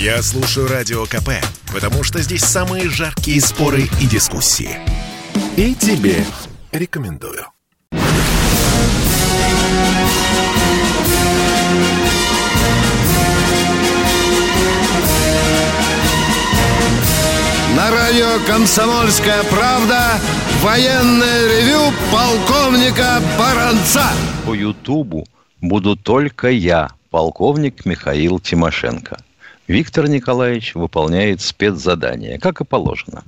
Я слушаю Радио КП, потому что здесь самые жаркие споры и дискуссии. И тебе рекомендую. На радио «Комсомольская правда» военное ревю полковника Баранца. По Ютубу буду только я, полковник Михаил Тимошенко. Виктор Николаевич выполняет спецзадание, как и положено.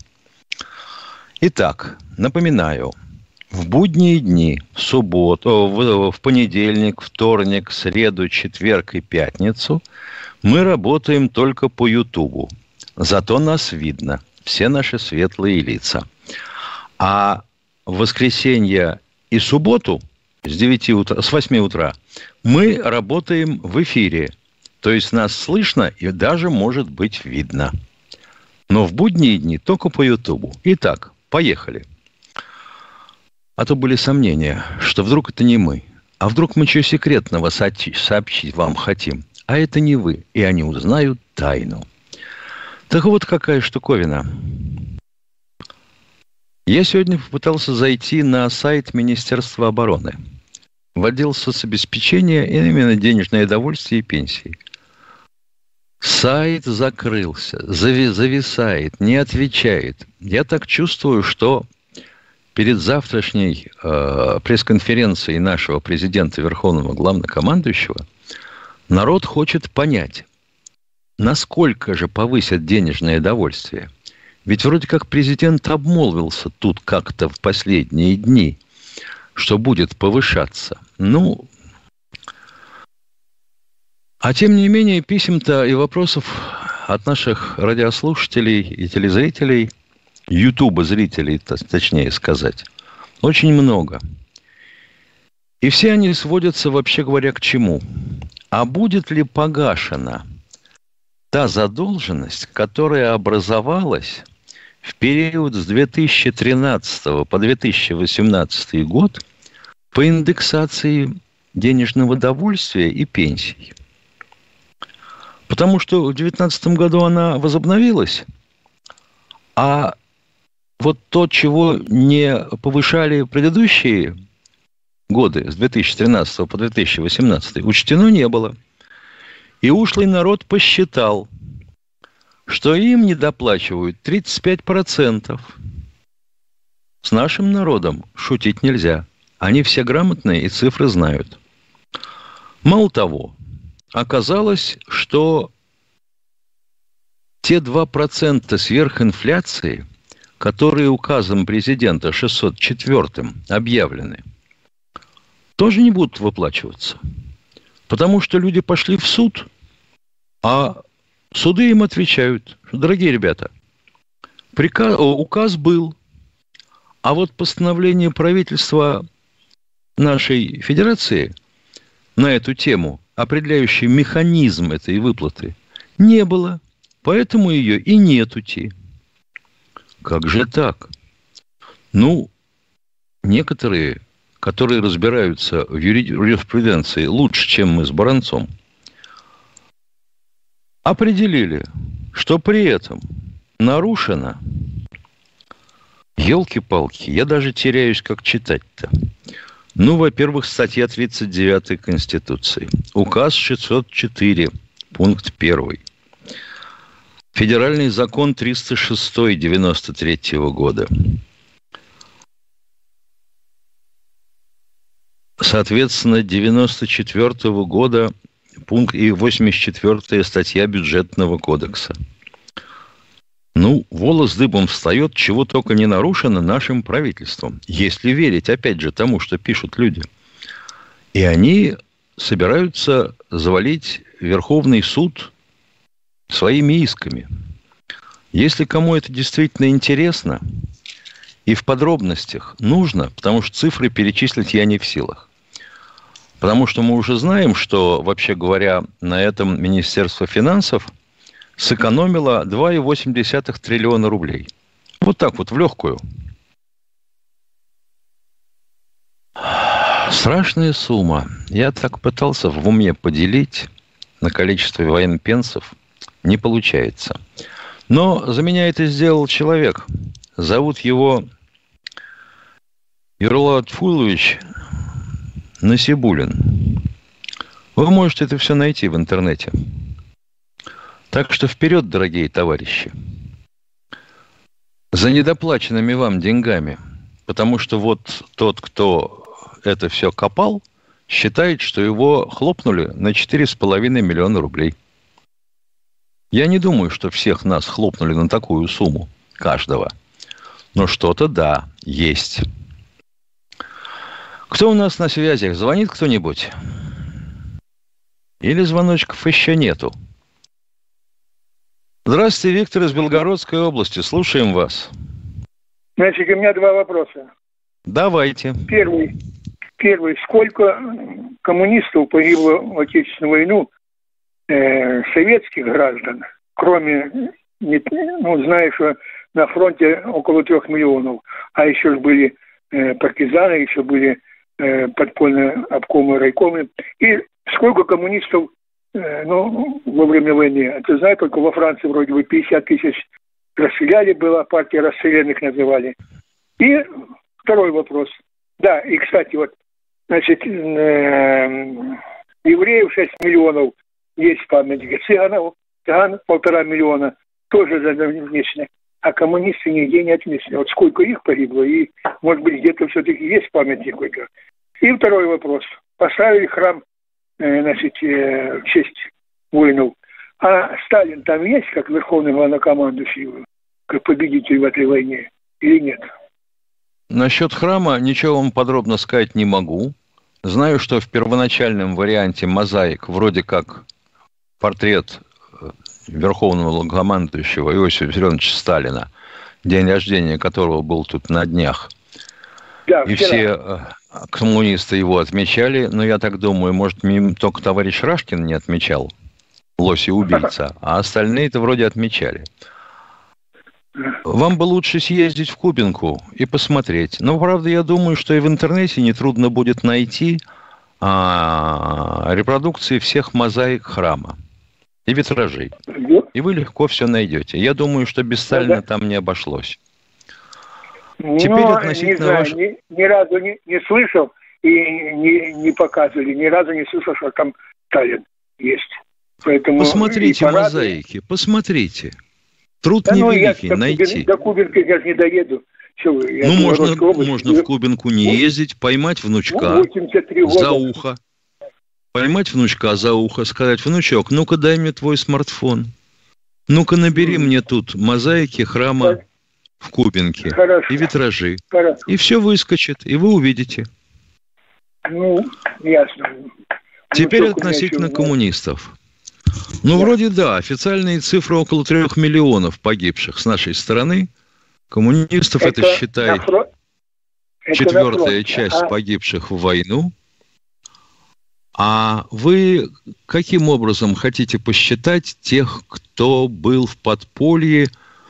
Итак, напоминаю, в будние дни, в субботу, в понедельник, вторник, среду, четверг и пятницу мы работаем только по Ютубу. Зато нас видно, все наши светлые лица. А в воскресенье и субботу с 8 утра мы работаем в эфире. То есть нас слышно и даже может быть видно. Но в будние дни только по Ютубу. Итак, поехали. А то были сомнения, что вдруг это не мы. А вдруг мы что секретного сообщить вам хотим. А это не вы. И они узнают тайну. Так вот какая штуковина. Я сегодня попытался зайти на сайт Министерства обороны. В отдел соцобеспечения и именно денежное довольствие и пенсии. Сайт закрылся, зависает, не отвечает. Я так чувствую, что перед завтрашней пресс-конференцией нашего президента, Верховного Главнокомандующего, народ хочет понять, насколько же повысят денежное довольствие. Ведь вроде как президент обмолвился тут как-то в последние дни, что будет повышаться. А тем не менее, писем-то и вопросов от наших радиослушателей и телезрителей, ютуба-зрителей, точнее сказать, очень много. И все они сводятся, вообще говоря, к чему? А будет ли погашена та задолженность, которая образовалась в период с 2013 по 2018 год по индексации денежного довольствия и пенсий? Потому что в 2019 году она возобновилась, а вот то, чего не повышали предыдущие годы, с 2013 по 2018, учтено не было. И ушлый народ посчитал, что им недоплачивают 35%. С нашим народом шутить нельзя. Они все грамотные и цифры знают. Мало того, оказалось, что те 2% сверхинфляции, которые указом президента 604-м объявлены, тоже не будут выплачиваться. Потому что люди пошли в суд, а суды им отвечают: дорогие ребята, указ был, а вот постановление правительства нашей федерации на эту тему, определяющий механизм этой выплаты, не было. Поэтому ее и нетути. Как же так? Некоторые, которые разбираются в юриспруденции лучше, чем мы с Баранцом, определили, что при этом нарушено... Ёлки-палки, я даже теряюсь, как читать-то. Во-первых, статья 39 Конституции. Указ 604, пункт 1. Федеральный закон 306 93 года. Соответственно, 94 года пункт и 84 статья Бюджетного кодекса. Волос дыбом встает, чего только не нарушено нашим правительством. Если верить, опять же, тому, что пишут люди. И они собираются завалить Верховный суд своими исками. Если кому это действительно интересно и в подробностях нужно, потому что цифры перечислить я не в силах. Потому что мы уже знаем, что, вообще говоря, на этом Министерство финансов сэкономило 2,8 триллиона рублей. Вот так вот, в легкую. Страшная сумма. Я так пытался в уме поделить на количество военпенсов Не получается. Но за меня это сделал человек. Зовут его Ерулат Фулович Насибулин. Вы можете это все найти в интернете. Так что вперед, дорогие товарищи. За недоплаченными вам деньгами. Потому что вот тот, кто это все копал, считает, что его хлопнули на 4,5 миллиона рублей. Я не думаю, что всех нас хлопнули на такую сумму. Каждого. Но что-то, да, есть. Кто у нас на связи? Звонит кто-нибудь? Или звоночков еще нету? Здравствуйте, Виктор из Белгородской области. Слушаем вас. Значит, у меня два вопроса. Давайте. Первый. Сколько коммунистов погибло в Отечественную войну, советских граждан, кроме, знаешь, что на фронте около 3 миллионов, а еще были партизаны, еще были подпольные обкомы, райкомы. И сколько коммунистов во время войны? Ты знаешь, только во Франции вроде бы 50 тысяч расстреляли, была партия расстрелянных называли. И второй вопрос. Да, и, кстати, значит, евреев 6 миллионов есть памятники, цыган 1,5 миллиона тоже отмечены, а коммунисты нигде не отмечены. Вот сколько их погибло, и, может быть, где-то все-таки есть памятник какой-то. И второй вопрос. Поставили храм, значит, в честь воинов. А Сталин там есть, как верховный главнокомандующий, как победитель в этой войне, или нет? Насчет храма ничего вам подробно сказать не могу. Знаю, что в первоначальном варианте мозаик вроде как портрет верховного главнокомандующего Иосифа Виссарионовича Сталина, день рождения которого был тут на днях. Да, и все коммунисты его отмечали, но я так думаю, может, только товарищ Рашкин не отмечал, лось и убийца, а остальные-то вроде отмечали. Вам бы лучше съездить в Кубинку и посмотреть. Но, правда, я думаю, что и в интернете нетрудно будет найти репродукции всех мозаик храма и витражей. И вы легко все найдете. Я думаю, что без Сталина там не обошлось. Теперь относительно не знаю, ни разу не слышал и не показывали. Ни разу не слышал, что там Сталин есть. Поэтому посмотрите мозаики, посмотрите. Труд невеликий найти. До Кубинки я же не доеду. Можно в Кубинку не ездить, поймать внучка за ухо. Поймать внучка за ухо, сказать: внучок, ну-ка дай мне твой смартфон. Ну-ка набери мне тут мозаики храма в Кубинке. Хорошо. И витражи. Хорошо. И все выскочит, и вы увидите. Ясно. Теперь относительно коммунистов. Вроде да, официальные цифры около 3 миллионов погибших с нашей стороны. Коммунистов это считай, 4-я часть погибших в войну. А вы каким образом хотите посчитать тех, кто был в подполье,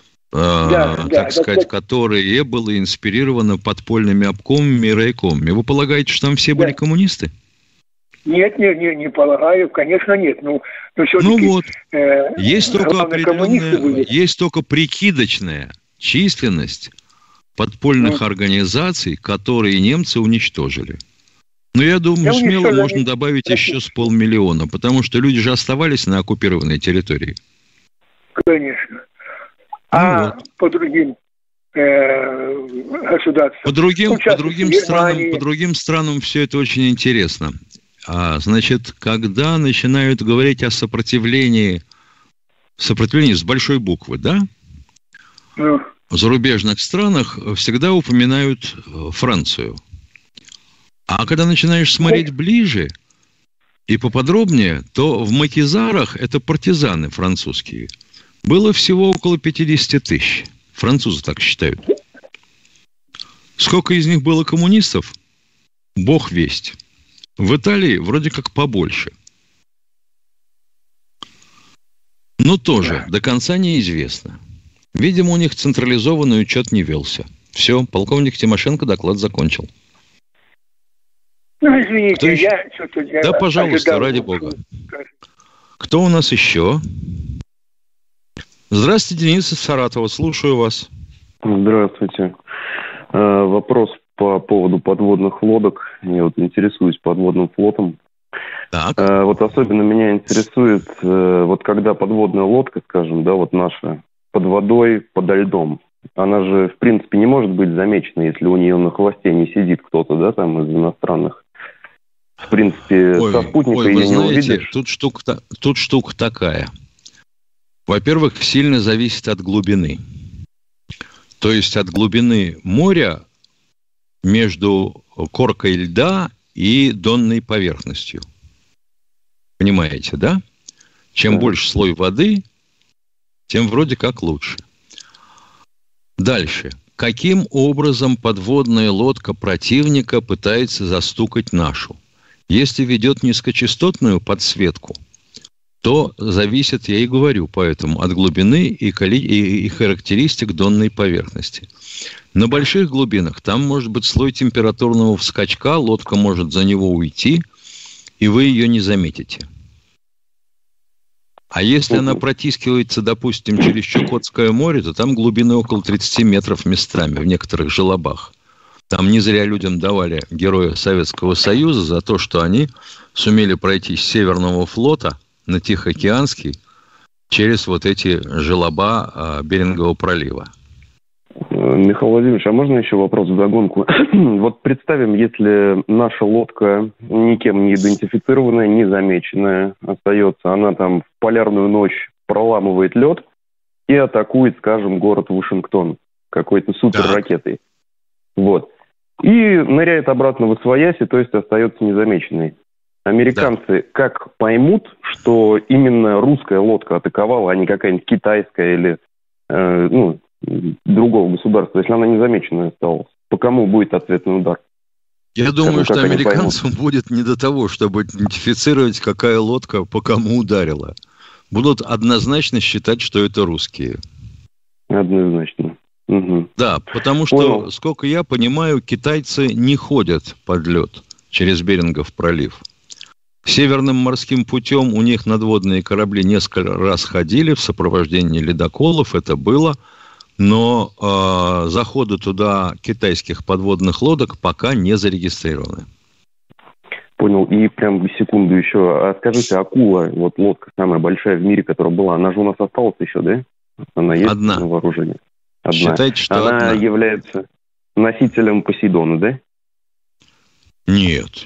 которые было инспирировано подпольными обкомами и райкомами? Вы полагаете, что там все были коммунисты? Нет, не полагаю, конечно, нет. Но все-таки, есть только определенная, есть только прикидочная численность подпольных организаций, которые немцы уничтожили. Но я думаю, смело можно добавить еще с 500 000, потому что люди же оставались на оккупированной территории. Конечно. По другим государствам? По другим странам все это очень интересно. Значит, когда начинают говорить о сопротивлении с большой буквы, да? В зарубежных странах всегда упоминают Францию. А когда начинаешь смотреть ближе и поподробнее, то в Макизарах, это партизаны французские, было всего около 50 тысяч. Французы так считают. Сколько из них было коммунистов? Бог весть. В Италии вроде как побольше. Но тоже до конца неизвестно. Видимо, у них централизованный учет не велся. Все, полковник Тимошенко доклад закончил. Извините, да, пожалуйста, ради бога. Кто у нас еще? Здравствуйте, Денис из Саратова. Слушаю вас. Здравствуйте. Вопрос по поводу подводных лодок. Я вот интересуюсь подводным флотом. Так. Вот особенно меня интересует, вот когда подводная лодка, скажем, да, вот наша, под водой, подо льдом, она же, в принципе, не может быть замечена, если у нее на хвосте не сидит кто-то, да, там, из иностранных. В принципе, со спутника ее не увидишь. Тут штука такая. Во-первых, сильно зависит от глубины. То есть от глубины моря между коркой льда и донной поверхностью. Понимаете, да? Чем больше слой воды, тем вроде как лучше. Дальше. Каким образом подводная лодка противника пытается застукать нашу? Если ведет низкочастотную подсветку, то зависит, я и говорю, поэтому от глубины и характеристик донной поверхности. На больших глубинах там может быть слой температурного скачка, лодка может за него уйти, и вы ее не заметите. А если она протискивается, допустим, через Чукотское море, то там глубины около 30 метров местами в некоторых желобах. Там не зря людям давали Героя Советского Союза за то, что они сумели пройти с Северного флота на Тихоокеанский через вот эти желоба Берингового пролива. Михаил Владимирович, а можно еще вопрос вдогонку? Вот представим, если наша лодка никем не идентифицированная, не замеченная остается, она там в полярную ночь проламывает лед и атакует, скажем, город Вашингтон какой-то суперракетой. Вот. И ныряет обратно в освояси, то есть остается незамеченной. Американцы как поймут, что именно русская лодка атаковала, а не какая-нибудь китайская или другого государства, если она незамеченная осталась? По кому будет ответный удар? Я думаю, что американцам будет не до того, чтобы идентифицировать, какая лодка по кому ударила. Будут однозначно считать, что это русские. Однозначно. Угу. Да, потому что, сколько я понимаю, китайцы не ходят под лед через Берингов пролив. Северным морским путем у них надводные корабли несколько раз ходили в сопровождении ледоколов, это было, но заходы туда китайских подводных лодок пока не зарегистрированы. Понял. И прям секунду еще. А скажите, акула, вот лодка самая большая в мире, которая была, она же у нас осталась еще, да? Она есть одна. На вооружении? Одна. Считайте, что она одна. Является носителем Посейдона, да? Нет.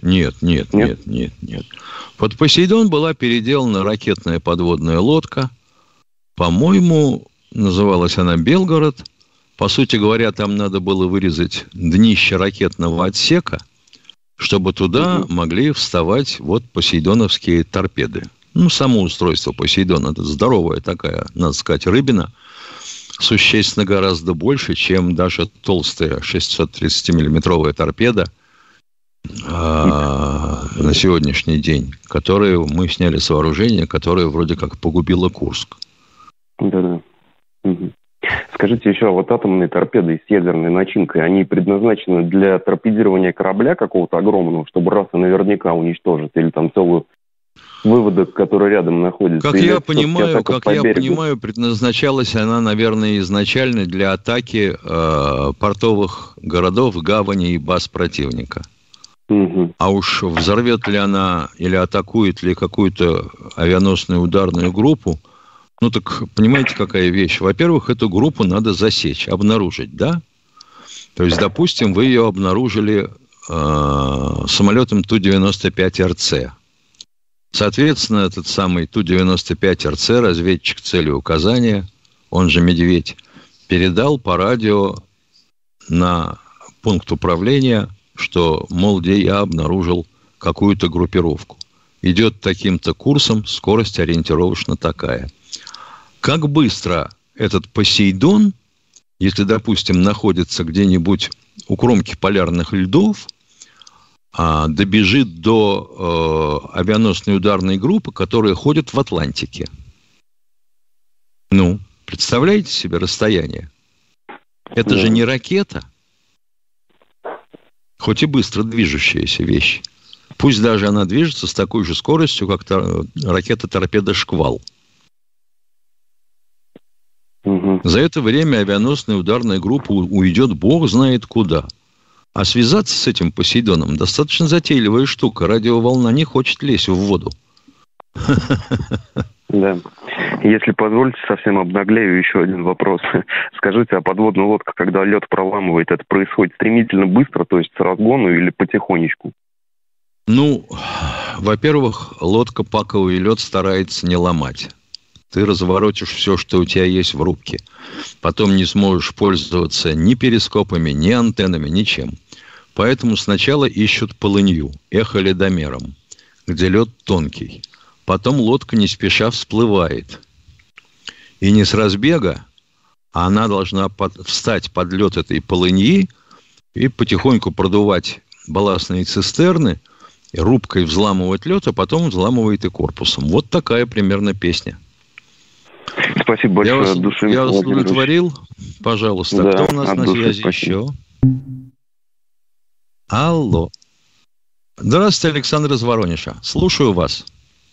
Под Посейдон была переделана ракетная подводная лодка. По-моему, называлась она «Белгород». По сути говоря, там надо было вырезать днище ракетного отсека, чтобы туда могли вставать вот посейдоновские торпеды. Само устройство Посейдона – это здоровая такая, надо сказать, рыбина, существенно гораздо больше, чем даже толстая 630-миллиметровая торпеда на сегодняшний день, которую мы сняли с вооружения, которая вроде как погубила Курск. Да. Угу. Скажите еще, вот атомные торпеды с ядерной начинкой, они предназначены для торпедирования корабля какого-то огромного, чтобы раз и наверняка уничтожить, или там целую выводок, который рядом находится? Как я понимаю, предназначалась она, наверное, изначально для атаки портовых городов, гаваней и баз противника. Угу. А уж взорвет ли она или атакует ли какую-то авианосную ударную группу, так понимаете, какая вещь? Во-первых, эту группу надо засечь, обнаружить, да? То есть, допустим, вы ее обнаружили самолетом Ту-95РЦ. Соответственно, этот самый Ту-95РЦ, разведчик цели указания, он же «Медведь», передал по радио на пункт управления, что, мол, где я обнаружил какую-то группировку. Идет таким-то курсом, скорость ориентировочно такая. Как быстро этот Посейдон, если, допустим, находится где-нибудь у кромки полярных льдов, добежит до авианосной ударной группы, которая ходит в Атлантике? Представляете себе расстояние? Это же не ракета, хоть и быстро движущаяся вещь. Пусть даже она движется с такой же скоростью, как ракета-торпеда «Шквал». За это время авианосная ударная группа уйдет бог знает куда. А связаться с этим Посейдоном достаточно затейливая штука. Радиоволна не хочет лезть в воду. Да. Если позволите, совсем обнаглею, еще один вопрос. Скажите, а подводная лодка, когда лед проламывает, это происходит стремительно быстро, то есть с разгону или потихонечку? Ну, во-первых, лодка паковый лед старается не ломать. Ты разворотишь все, что у тебя есть в рубке. Потом не сможешь пользоваться ни перископами, ни антеннами, ничем. Поэтому сначала ищут полынью, эхоледомером, где лед тонкий. Потом лодка не спеша всплывает. И не с разбега, а она должна встать под лед этой полыньи и потихоньку продувать балластные цистерны, и рубкой взламывать лед, а потом взламывает и корпусом. Вот такая примерно песня. Спасибо большое. Я вас удовлетворил. Пожалуйста, да, кто у нас на связи спасибо. еще? Алло. Здравствуйте, Александр из Воронежа. Слушаю вас.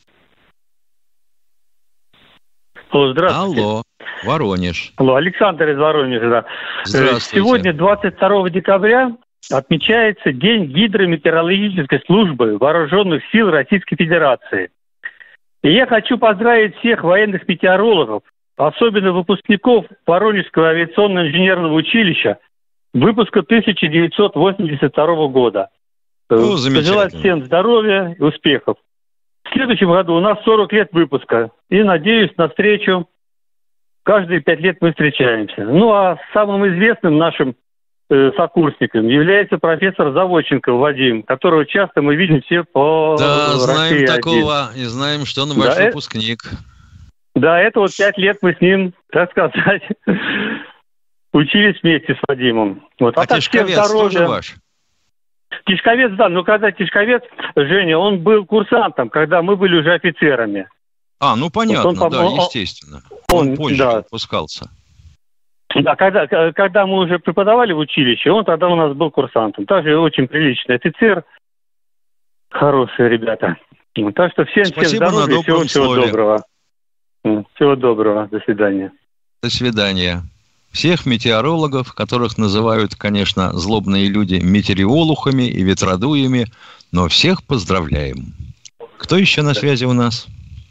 Алло, здравствуйте. Алло, Воронеж. Алло, Александр из Воронежа, да. Здравствуйте. Сегодня, 22 декабря, отмечается День гидрометеорологической службы Вооруженных сил Российской Федерации. И я хочу поздравить всех военных метеорологов, особенно выпускников Воронежского авиационно-инженерного училища выпуска 1982 года. Пожелать всем здоровья и успехов. В следующем году у нас 40 лет выпуска. И, надеюсь, навстречу каждые 5 лет мы встречаемся. Ну, а самым известным нашим сокурсником является профессор Заводченков Вадим, которого часто мы видим все по России. Да, знаем такого, один. И знаем, что он ваш выпускник. Да, это вот 5 лет мы с ним, так сказать, учились вместе с Вадимом. Вот. А Тишковец тоже ваш? Тишковец, да, но когда Тишковец, Женя, он был курсантом, когда мы были уже офицерами. А, ну понятно, вот да, естественно. Он позже отпускался. Да, когда мы уже преподавали в училище, он тогда у нас был курсантом. Также очень приличный офицер. Хорошие ребята. Так что всем здоровья, всего доброго. Всего доброго. До свидания. До свидания. Всех метеорологов, которых называют, конечно, злобные люди метеоролухами и ветродуями, но всех поздравляем. Кто еще на связи у нас?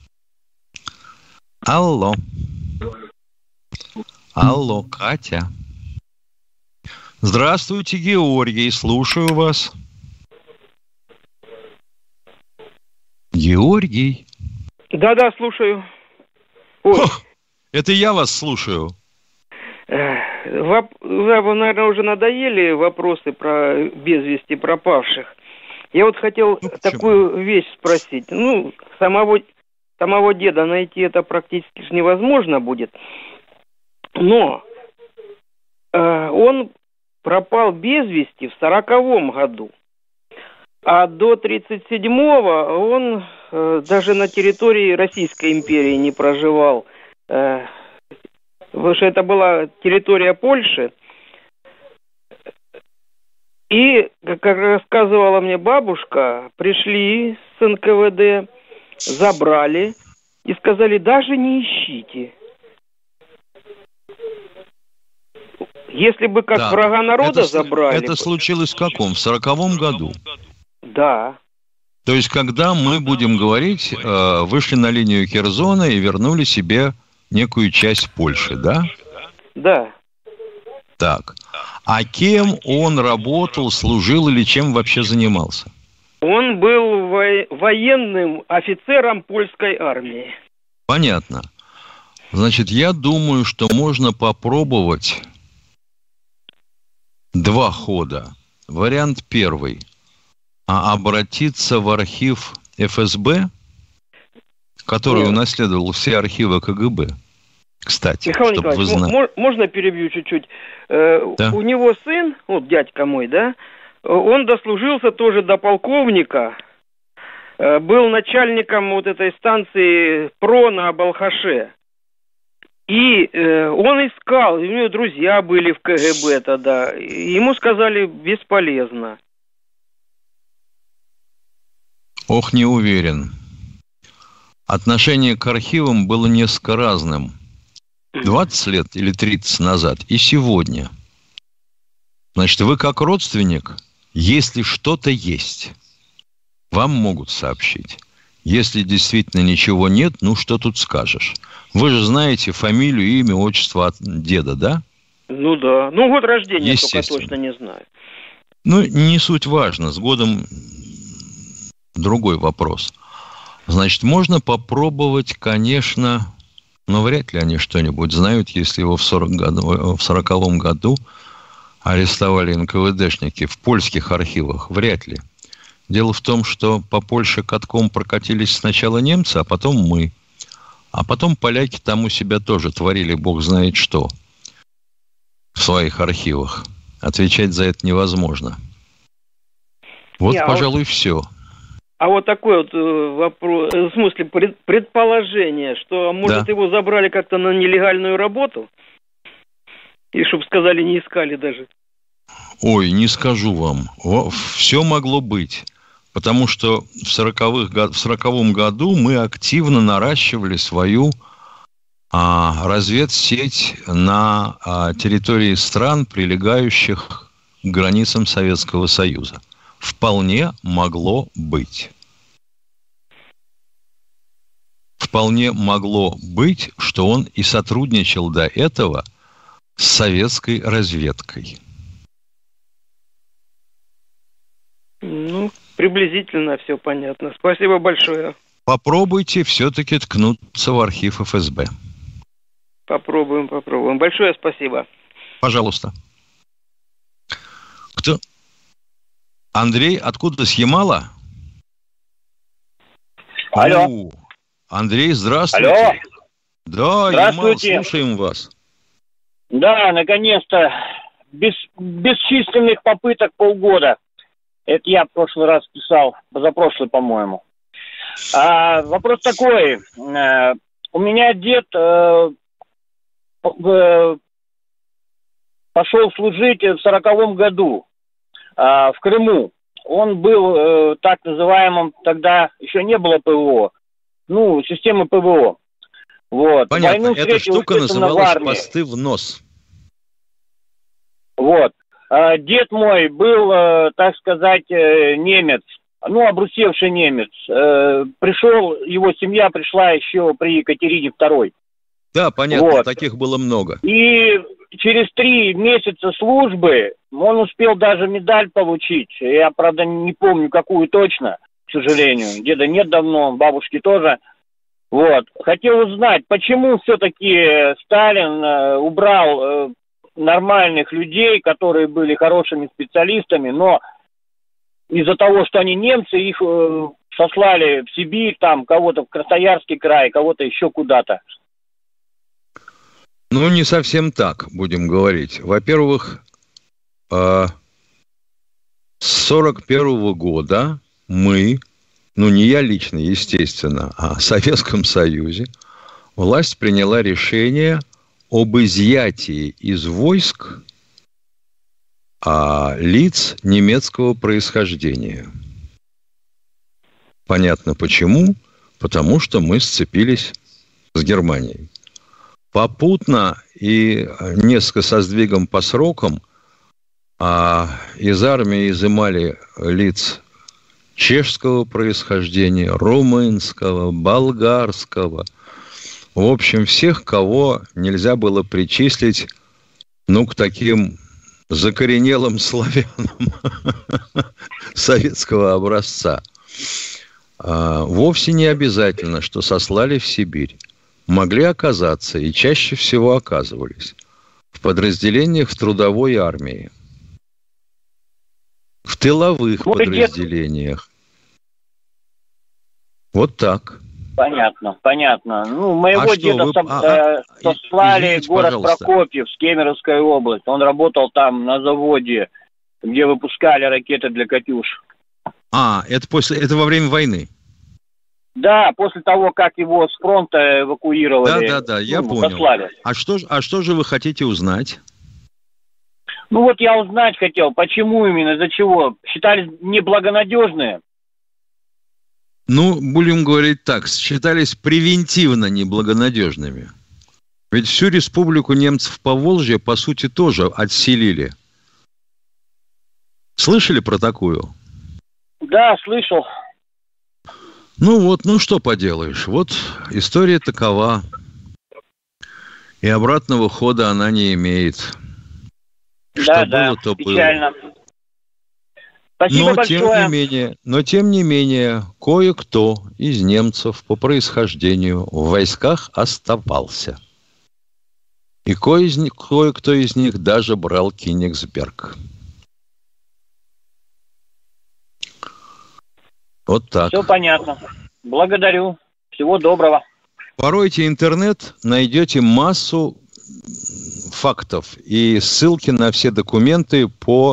Алло. Алло, Катя. Здравствуйте, Георгий, слушаю вас. Георгий. Да, слушаю. Ой. Это я вас слушаю. Вам, наверное, уже надоели вопросы про без вести пропавших. Я вот хотел такую вещь спросить. Ну, самого деда найти это практически невозможно будет. Но он пропал без вести в 40-м году. А до 37-го он даже на территории Российской империи не проживал. Потому что это была территория Польши. И, как рассказывала мне бабушка, пришли с НКВД, забрали и сказали, даже не ищите. Если бы как врага народа забрали... Это случилось в каком? В 40-м году? Да. То есть, когда мы, будем говорить, вышли на линию Керзона и вернули себе некую часть Польши, да? Да. Так. А кем он работал, служил или чем вообще занимался? Он был военным офицером польской армии. Понятно. Значит, я думаю, что можно попробовать 2 хода. Вариант первый. Обратиться в архив ФСБ, который унаследовал все архивы КГБ. Кстати, Михаил чтобы вы Николаевич, знали. Можно перебью чуть-чуть? Да. У него сын, вот дядька мой, да, он дослужился тоже до полковника, был начальником вот этой станции ПРО на Балхаше. И он искал, у него друзья были в КГБ тогда, и ему сказали, бесполезно. Ох, не уверен. Отношение к архивам было несколько разным. 20 лет или 30 назад и сегодня. Значит, вы как родственник, если что-то есть, вам могут сообщить. Если действительно ничего нет, ну что тут скажешь? Вы же знаете фамилию, имя, отчество от деда, да? Ну да. Ну год рождения только точно не знаю. Ну, не суть важно. С годом другой вопрос. Значит, можно попробовать, конечно, но вряд ли они что-нибудь знают, если его в 40-м году арестовали НКВДшники в польских архивах. Вряд ли. Дело в том, что по Польше катком прокатились сначала немцы, а потом мы. А потом поляки там у себя тоже творили бог знает что в своих архивах. Отвечать за это невозможно. Вот, пожалуй, все. А вот такой вот вопрос, в смысле предположение, что, может, его забрали как-то на нелегальную работу? И чтобы сказали, не искали даже. Ой, не скажу вам. Все могло быть. Потому что в 40-м году мы активно наращивали свою разведсеть на территории стран, прилегающих к границам Советского Союза. Вполне могло быть. Вполне могло быть, что он и сотрудничал до этого с советской разведкой. Ну, приблизительно все понятно. Спасибо большое. Попробуйте все-таки ткнуться в архив ФСБ. Попробуем. Большое спасибо. Пожалуйста. Кто? Андрей, откуда, с Ямала? Алло. Андрей, здравствуйте. Алло. Да, здравствуйте. Ямал, слушаем вас. Да, наконец-то. Бесчисленных попыток полгода. Это я в прошлый раз писал, позапрошлый, по-моему. Вопрос такой. У меня дед пошел служить в 40-м году в Крыму. Он был так называемым, тогда еще не было ПВО, системы ПВО. Вот. Понятно, эта штука называлась «посты в нос». Вот. Дед мой был, так сказать, немец, обрусевший немец. Его семья пришла еще при Екатерине II. Да, понятно, вот. Таких было много. И через 3 месяца службы он успел даже медаль получить. Я, правда, не помню, какую точно, к сожалению. Деда нет давно, бабушки тоже. Вот. Хотел узнать, почему все-таки Сталин убрал нормальных людей, которые были хорошими специалистами, но из-за того, что они немцы, их сослали в Сибирь, там кого-то в Красноярский край, кого-то еще куда-то. Не совсем так, будем говорить. Во-первых, с 41 года мы, не я лично, естественно, а в Советском Союзе, власть приняла решение об изъятии из войск лиц немецкого происхождения. Понятно почему. Потому что мы сцепились с Германией. Попутно и несколько со сдвигом по срокам из армии изымали лиц чешского происхождения, румынского, болгарского. В общем, всех, кого нельзя было причислить, к таким закоренелым славянам советского образца. Вовсе не обязательно, что сослали в Сибирь. Могли оказаться, и чаще всего оказывались, в подразделениях трудовой армии, в тыловых подразделениях. Вот так. Понятно. Моего деда сослали в город Прокопьевск, Кемеровская область. Он работал там на заводе, где выпускали ракеты для «Катюш». Это во время войны? Да, после того, как его с фронта эвакуировали. Да, я понял. Послали. А что же вы хотите узнать? Я узнать хотел, почему именно, из-за чего. Считались неблагонадежные. Будем говорить так, считались превентивно неблагонадежными. Ведь всю республику немцев Поволжья, по сути, тоже отселили. Слышали про такую? Да, слышал. Ну вот, ну что поделаешь. Вот история такова. И обратного хода она не имеет. Что было, то печально. было. Спасибо большое. Но тем не менее, кое-кто из немцев по происхождению в войсках оставался. И кое-кто из них даже брал Кёнигсберг. Вот так. Все понятно. Благодарю. Всего доброго. Поройте интернет, найдете массу фактов и ссылки на все документы по,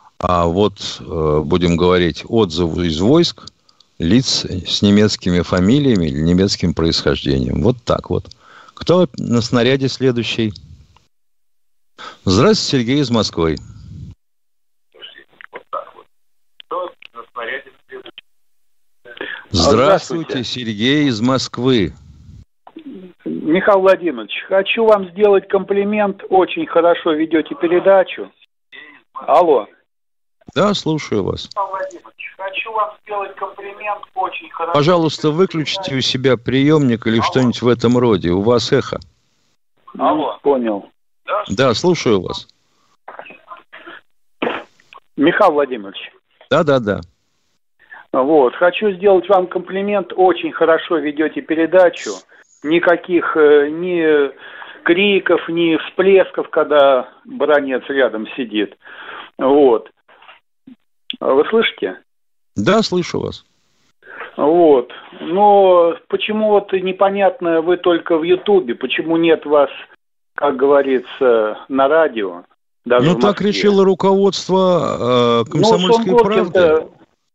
будем говорить, отзыву из войск лиц с немецкими фамилиями или немецким происхождением. Вот так вот. Кто на снаряде следующий? Здравствуйте, Сергей из Москвы. Здравствуйте, Сергей из Москвы. Михаил Владимирович, хочу вам сделать комплимент. Очень хорошо ведете передачу. Алло. Да, слушаю вас. Михаил Владимирович, хочу вам сделать комплимент. Очень хорошо. Пожалуйста, выключите у себя приемник или что-нибудь в этом роде. У вас эхо. Алло. Понял. Да, слушаю вас. Михаил Владимирович. Да. Вот, хочу сделать вам комплимент. Очень хорошо ведете передачу. Никаких ни криков, ни всплесков, когда бранец рядом сидит. Вот. Вы слышите? Да, слышу вас. Вот. Но почему вот непонятно, вы только в Ютубе, почему нет вас, как говорится, на радио? Даже так решило руководство «Комсомольской правды».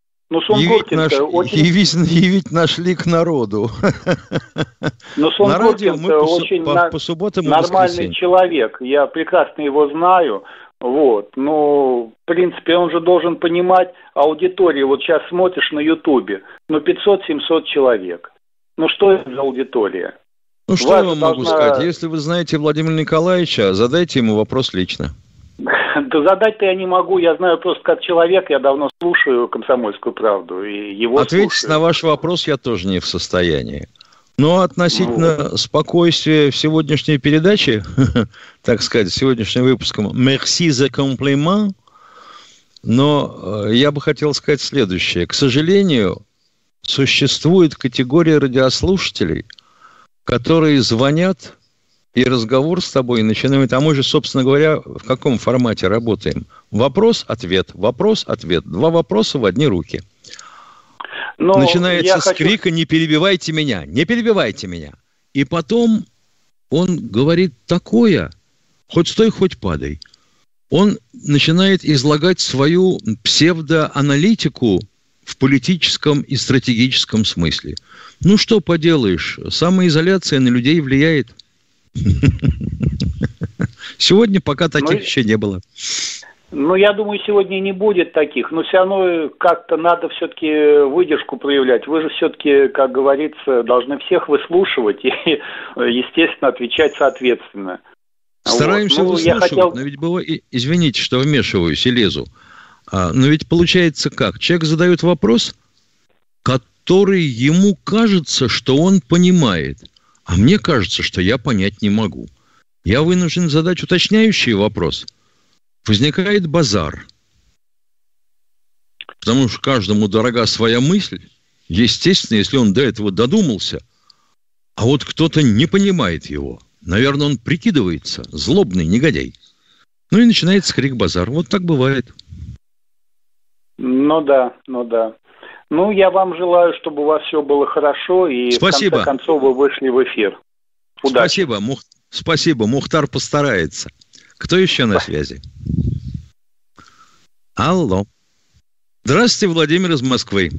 Явить наш лик народу. Но Сон Горкин-то очень по субботам и нормальный человек. Я прекрасно его знаю. Вот. Но, в принципе, он же должен понимать аудиторию. Вот сейчас смотришь на Ютубе, 500-700 человек. Что это за аудитория? Что я вам могу сказать? Если вы знаете Владимира Николаевича, задайте ему вопрос лично. Да задать-то я не могу, я знаю просто как человек, я давно слушаю «Комсомольскую правду» и его ответить слушаю. На ваш вопрос я тоже не в состоянии. Но относительно спокойствия в сегодняшней передаче, так сказать, сегодняшним выпуском «Merci за комплимент», но я бы хотел сказать следующее. К сожалению, существует категория радиослушателей, которые звонят, и разговор с тобой начинают, а мы же, собственно говоря, в каком формате работаем? Вопрос-ответ, вопрос-ответ. 2 вопроса в одни руки. Начинается с крика «Не перебивайте меня! Не перебивайте меня!» И потом он говорит такое, хоть стой, хоть падай. Он начинает излагать свою псевдоаналитику в политическом и стратегическом смысле. Что поделаешь, самоизоляция на людей влияет. Сегодня пока таких еще не было. Я думаю, сегодня не будет таких, но все равно как-то надо все-таки выдержку проявлять. Вы же все-таки, как говорится, должны всех выслушивать и, естественно, отвечать соответственно. Стараемся выслушивать, но ведь бывает, извините, что вмешиваюсь и лезу, но ведь получается как? Человек задает вопрос, который ему кажется, что он понимает. А мне кажется, что я понять не могу. Я вынужден задать уточняющий вопрос. Возникает базар. Потому что каждому дорога своя мысль. Естественно, если он до этого додумался, а вот кто-то не понимает его. Наверное, он прикидывается. Злобный негодяй. И начинается крик-базар. Вот так бывает. Да. Я вам желаю, чтобы у вас все было хорошо, и спасибо. В конце концов вы вышли в эфир. Удачи. Спасибо. Мухтар постарается. Кто еще на связи? Алло. Здравствуйте, Владимир из Москвы.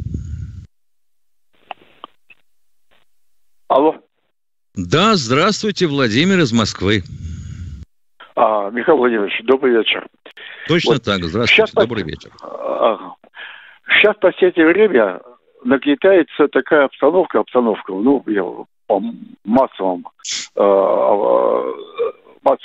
Алло. Да, здравствуйте, Владимир из Москвы. Михаил Владимирович, добрый вечер. Точно так, здравствуйте, добрый вечер. Сейчас в последнее время нагнетается такая обстановка, по массовым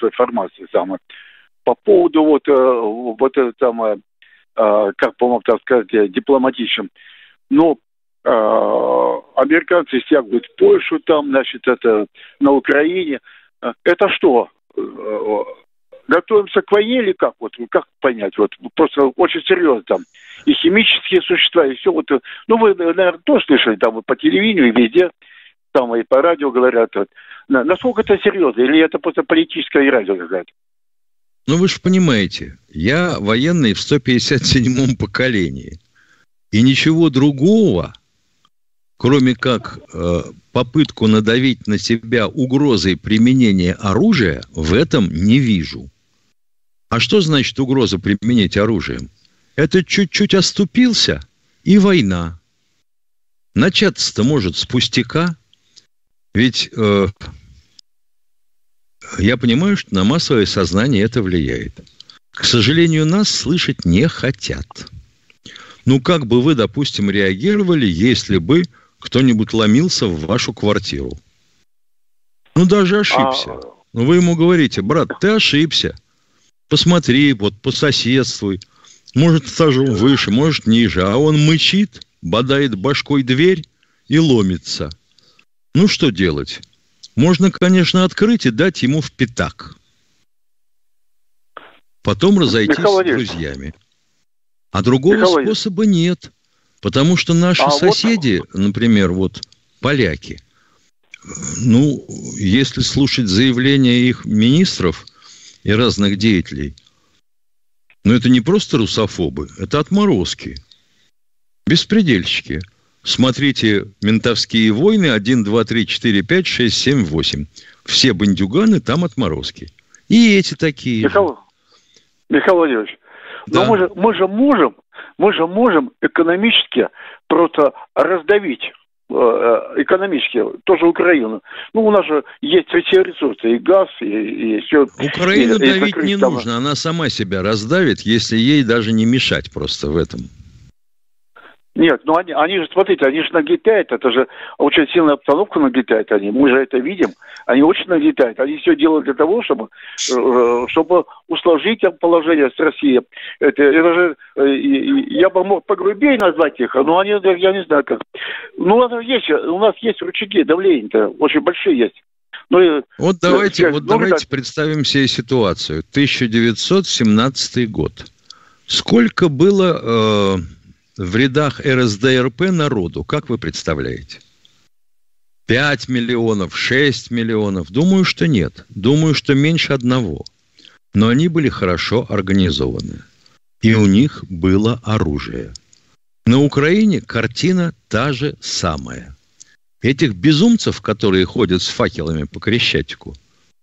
массовой информации самое. По поводу вот это самое, как по-моему так сказать, дипломатичным. Но американцы стягивают в Польшу, там, значит, это на Украине. Это что? Готовимся к войне или как? Вот как понять? Вот просто очень серьезно там. И химические существа, и все вот. Ну, вы, наверное, тоже слышали там по телевидению и везде, там и по радио говорят. Вот. Насколько это серьезно? Или это просто политическая радио какая-то? Ну, вы же понимаете, я военный в 157-м поколении. И ничего другого, кроме как попытку надавить на себя угрозой применения оружия, в этом не вижу. А что значит угроза применить оружием? Это чуть-чуть оступился, и война. Начаться-то может с пустяка. Ведь я понимаю, что на массовое сознание это влияет. К сожалению, нас слышать не хотят. Ну, как бы вы, допустим, реагировали, если бы кто-нибудь ломился в вашу квартиру? Ну, даже ошибся. Но вы ему говорите: брат, ты ошибся. Посмотри, вот пососедствуй. Может, этажом выше, может, ниже. А он мычит, бодает башкой дверь и ломится. Ну, что делать? Можно, конечно, открыть и дать ему в пятак. Потом разойтись с друзьями. А другого способа нет. Потому что наши соседи, например, вот поляки, ну, если слушать заявления их министров и разных деятелей, ну, это не просто русофобы, это отморозки, беспредельщики. Смотрите «Ментовские войны» 1, 2, 3, 4, 5, 6, 7, 8. Все бандюганы там отморозки. И эти такие. Михаил Владимирович, да. Но мы же можем экономически просто раздавить экономически тоже Украину. Ну, у нас же есть все ресурсы, и газ, и все. Украину давить не нужно, она сама себя раздавит, если ей даже не мешать просто в этом. Нет, ну они же, смотрите, они же нагнетают, это же очень сильная обстановка нагнетает они, мы же это видим, они очень нагнетают, они все делают для того, чтобы усложнить положение с Россией. Это же, я бы мог погрубее назвать их, но они, я не знаю как. Ну, у нас есть рычаги давления-то, очень большие есть. Ну, вот давайте представим себе ситуацию. 1917 год. Сколько было... в рядах РСДРП народу, как вы представляете? 5 миллионов, 6 миллионов? Думаю, что нет. Думаю, что меньше одного. Но они были хорошо организованы. И у них было оружие. На Украине картина та же самая. Этих безумцев, которые ходят с факелами по Крещатику,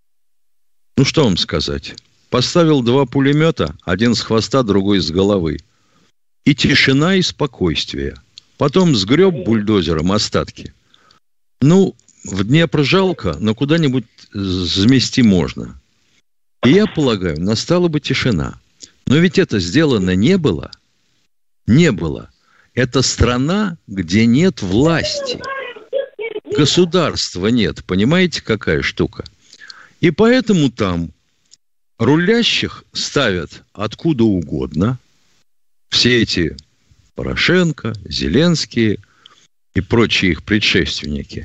ну что вам сказать? Поставил 2 пулемета, один с хвоста, другой с головы. И тишина, и спокойствие. Потом сгреб бульдозером остатки. Ну, в Днепр жалко, но куда-нибудь замести можно. И я полагаю, настала бы тишина. Но ведь это сделано не было. Не было. Это страна, где нет власти. Государства нет. Понимаете, какая штука? И поэтому там рулящих ставят откуда угодно. Все эти Порошенко, Зеленские и прочие их предшественники.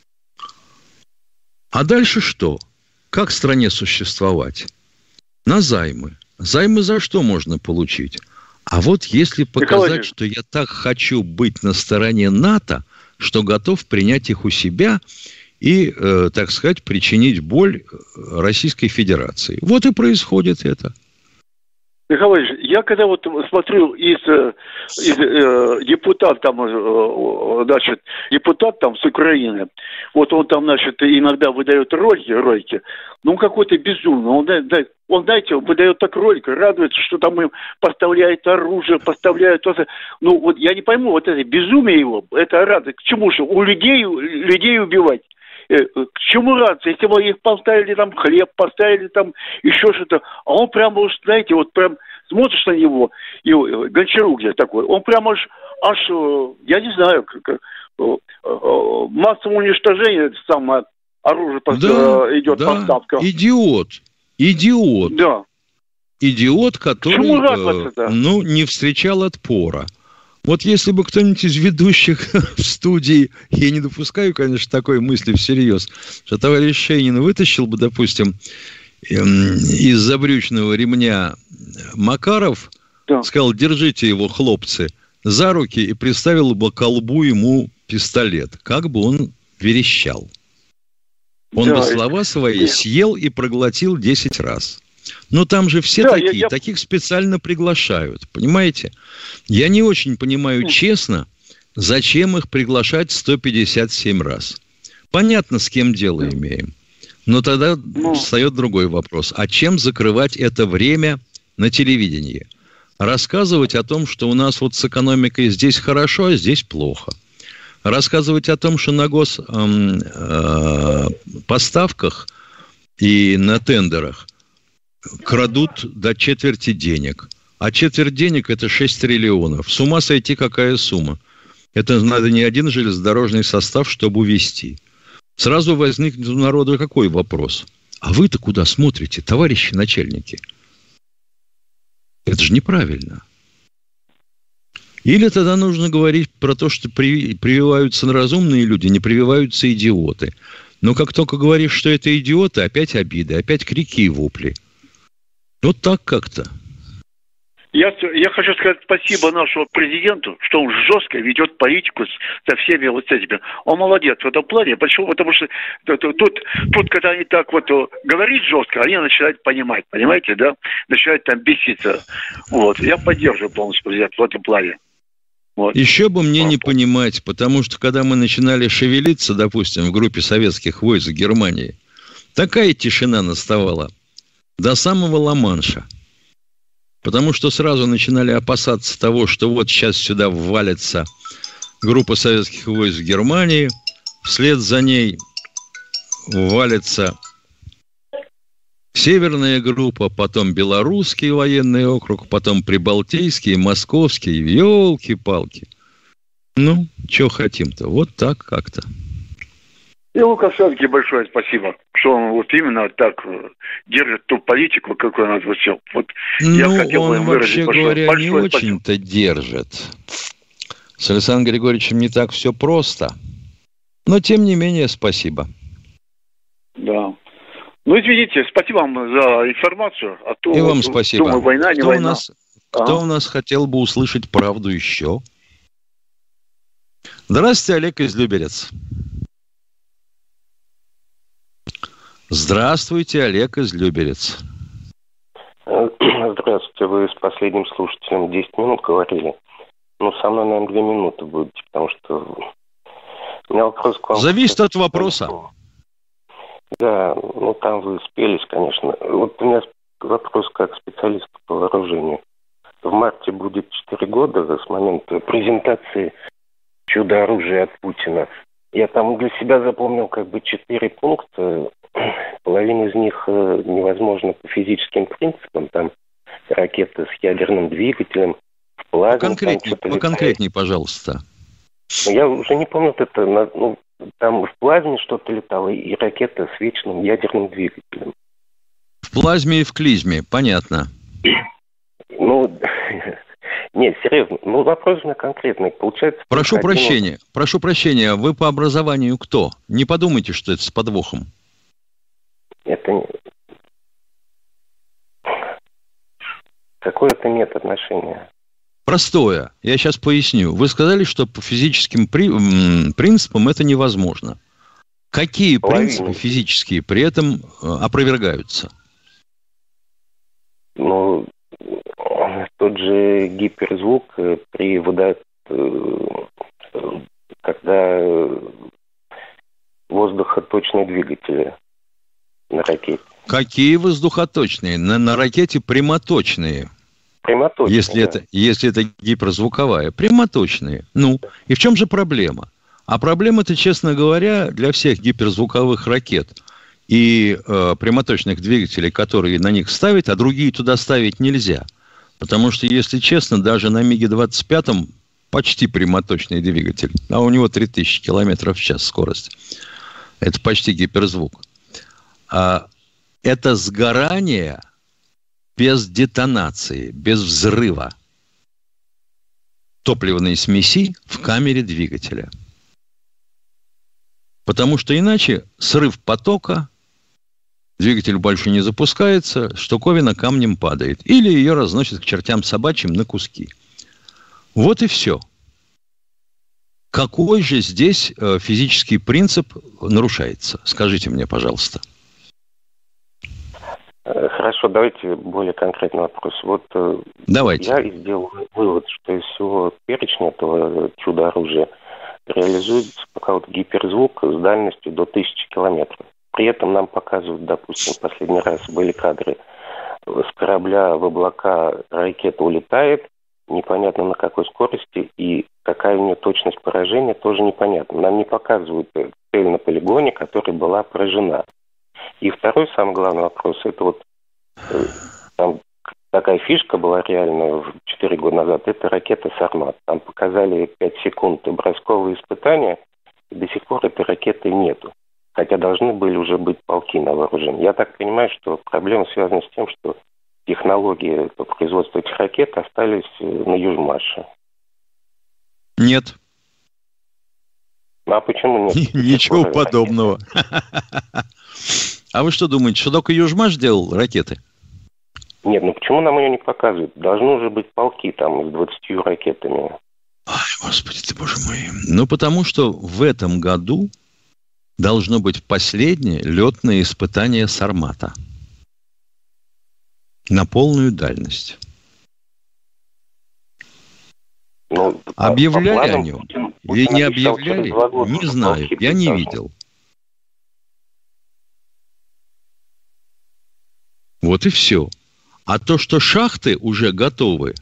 А дальше что? Как стране существовать? На займы. Займы за что можно получить? А вот если показать, что я так хочу быть на стороне НАТО, что готов принять их у себя и, так сказать, причинить боль Российской Федерации. Вот и происходит это. Михаил Владимирович, я когда вот смотрю из депутат там, значит, депутат там с Украины, вот он там, значит, иногда выдает ролики, ну, какой-то безумный, он, знаете, выдает так ролик, радуется, что там им поставляет оружие, поставляют то-то. Ну, вот я не пойму, вот это безумие его, это радость, к чему же, у людей убивать? К чему раться, если бы их поставили там хлеб, поставили там еще что-то, а он прямо, уж, знаете, вот прям смотришь на него, и Гончарук где такой, он прямо аж я не знаю, массовое уничтожение, самое оружие идет поставка. Идиот. Идиот. Да. Идиот, который, не встречал отпора. Вот если бы кто-нибудь из ведущих в студии, я не допускаю, конечно, такой мысли всерьез, что товарищ Шейнин вытащил бы, допустим, из забрючного ремня Макаров, сказал: держите его, хлопцы, за руки, и приставил бы к колбу ему пистолет. Как бы он верещал. Он бы слова свои съел и проглотил 10 раз. Но там же все такие, таких специально приглашают, понимаете? Я не очень понимаю, честно, зачем их приглашать 157 раз. Понятно, с кем дело имеем. Но тогда встает другой вопрос. А чем закрывать это время на телевидении? Рассказывать о том, что у нас вот с экономикой здесь хорошо, а здесь плохо. Рассказывать о том, что на поставках и на тендерах крадут до четверти денег. А четверть денег – это 6 триллионов. С ума сойти, какая сумма. Это надо не один железнодорожный состав, чтобы увезти. Сразу возникнет у народа какой вопрос? А вы-то куда смотрите, товарищи начальники? Это же неправильно. Или тогда нужно говорить про то, что прививаются разумные люди, не прививаются идиоты. Но как только говоришь, что это идиоты, опять обиды, опять крики и вопли. Вот так как-то. Я хочу сказать спасибо нашему президенту, что он жестко ведет политику со всеми вот этими. Он молодец в этом плане. Почему? Потому что тут когда они так вот говорят жестко, они начинают понимать, понимаете, да? Начинают там беситься. Вот. Я поддерживаю полностью президента в этом плане. Вот. Еще бы мне не понимать, потому что когда мы начинали шевелиться, допустим, в группе советских войск в Германии, такая тишина наставала до самого Ла-Манша. Потому что сразу начинали опасаться того, что вот сейчас сюда ввалится группа советских войск в Германии, вслед за ней ввалится северная группа, потом белорусский военный округ, потом прибалтийский, московский, елки-палки. Ну, что хотим-то, вот так как-то. И Лукашенко большое спасибо, что он вот именно так держит ту политику, какой он озвучил. Вот я хотел бы он, вообще говоря, не очень-то держит. С Александром Григорьевичем не так все просто. Но, тем не менее, спасибо. Да. Ну, извините, спасибо вам за информацию. А то, и вам спасибо. Думаю, война, не война. Кто у нас хотел бы услышать правду еще? Здравствуйте, Олег из Люберец. Здравствуйте, Олег из Люберец. Здравствуйте, вы с последним слушателем 10 минут говорили. Ну, со мной, наверное, 2 минуты будете, потому что у меня вопрос к вам. Зависит от вопроса. Да, ну там вы спелись, конечно. Вот у меня вопрос как специалиста по вооружению. В марте будет 4 года с момента презентации чудо-оружия от Путина. Я там для себя запомнил 4 пункта. Половина из них невозможно по физическим принципам. Там ракеты с ядерным двигателем, в плазме. Поконкретней, пожалуйста. Я уже не помню, это, там в плазме что-то летало, и ракета с вечным ядерным двигателем. В плазме и в клизме, понятно. Нет, серьезно, вопрос у меня конкретный. Получается... Прошу прощения, вы по образованию кто? Не подумайте, что это с подвохом. Это... Какое это имеет отношение? Простое. Я сейчас поясню. Вы сказали, что по физическим принципам это невозможно. Какие принципы физические при этом опровергаются? Тот же гиперзвук при когда воздухоточные двигатели на ракете. Какие воздухоточные? На ракете прямоточные. Прямоточные, если это гиперзвуковая. Прямоточные. И в чем же проблема? А проблема-то, честно говоря, для всех гиперзвуковых ракет и прямоточных двигателей, которые на них ставят, а другие туда ставить нельзя. Потому что, если честно, даже на МиГе-25 почти прямоточный двигатель, а у него 3000 км в час скорость. Это почти гиперзвук. Это сгорание без детонации, без взрыва топливной смеси в камере двигателя. Потому что иначе срыв потока, двигатель больше не запускается, штуковина камнем падает. Или ее разносят к чертям собачьим на куски. Вот и все. Какой же здесь физический принцип нарушается? Скажите мне, пожалуйста. Хорошо, давайте более конкретный вопрос. Вот давайте. Я сделал вывод, что из всего перечня этого чудо-оружия реализуется пока вот гиперзвук с дальностью до 1000 километров. При этом нам показывают, допустим, в последний раз были кадры, с корабля в облака ракета улетает, непонятно на какой скорости, и какая у нее точность поражения, тоже непонятно. Нам не показывают цель на полигоне, которая была поражена. И второй, самый главный вопрос, это вот там такая фишка была реально 4 года назад, это ракета «Сармат». Там показали 5 секунд бросковые испытания, и до сих пор этой ракеты нету. Хотя должны были уже быть полки на вооружении. Я так понимаю, что проблема связана с тем, что технологии по производству этих ракет остались на Южмаше. Нет. А почему нет? Ничего подобного. А вы что думаете, что только Южмаш делал ракеты? Нет, ну почему нам ее не показывают? Должны уже быть полки там с 20 ракетами. Ай, Господи ты, Боже мой. Ну, потому что в этом году должно быть последнее летное испытание «Сармата» на полную дальность. Ну, объявляли о нем или не объявляли, не знаю, я не видел. Вот и все. А то, что шахты уже готовы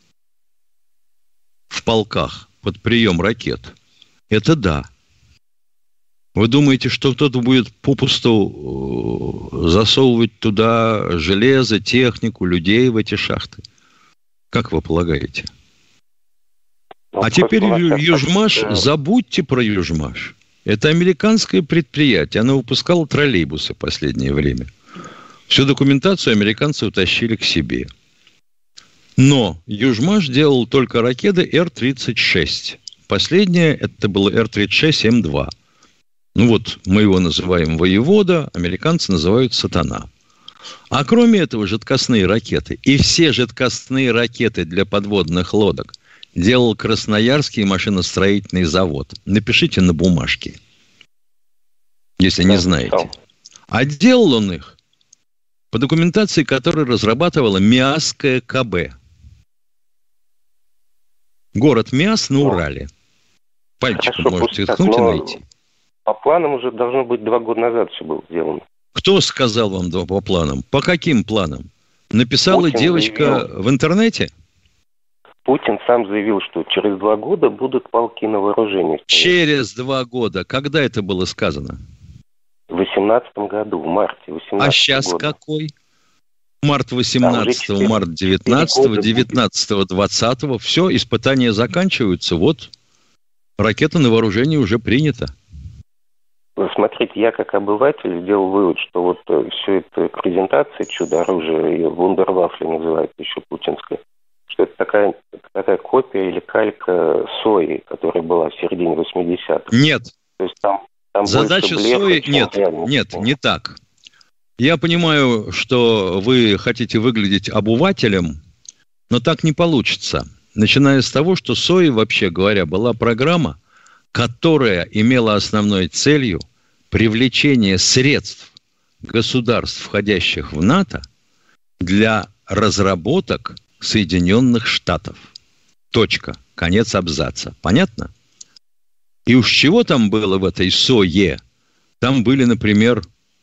в полках под прием ракет, это да. Вы думаете, что кто-то будет попусту засовывать туда железо, технику, людей в эти шахты? Как вы полагаете? А теперь Южмаш, забудьте про Южмаш. Это американское предприятие. Оно выпускало троллейбусы в последнее время. Всю документацию американцы утащили к себе. Но Южмаш делал только ракеты Р-36. Последняя это было Р-36М2. Ну вот мы его называем «Воевода», американцы называют «Сатана». А кроме этого жидкостные ракеты. И все жидкостные ракеты для подводных лодок делал Красноярский машиностроительный завод. Напишите на бумажке, если не знаете. А делал он их по документации, которую разрабатывала Миасская КБ. Город Миас на Урале. Пальчиком можете ткнуть и найти. По планам уже должно быть 2 года назад все было сделано. Кто сказал вам по планам? По каким планам? Написала Путин девочка заявил в интернете? Путин сам заявил, что через 2 года будут полки на вооружении. Через 2 года. Когда это было сказано? В 2018 году, в марте 2018 А сейчас года. какой? Март 18, март 19, 19, 20. Все, испытания заканчиваются. Вот, ракета на вооружении уже принята. Смотрите, я как обыватель сделал вывод, что вот все это презентация чудо-оружия, ее вундервафли называют еще путинская, что это такая копия или калька сои, которая была в середине 80-х. Нет. То есть там задача сои... Нет, не так. Я понимаю, что вы хотите выглядеть обывателем, но так не получится. Начиная с того, что сои, вообще говоря, была программа, которая имела основной целью привлечение средств государств, входящих в НАТО, для разработок Соединенных Штатов. Точка. Конец абзаца. Понятно? И уж чего там было в этой сое? Там были, например,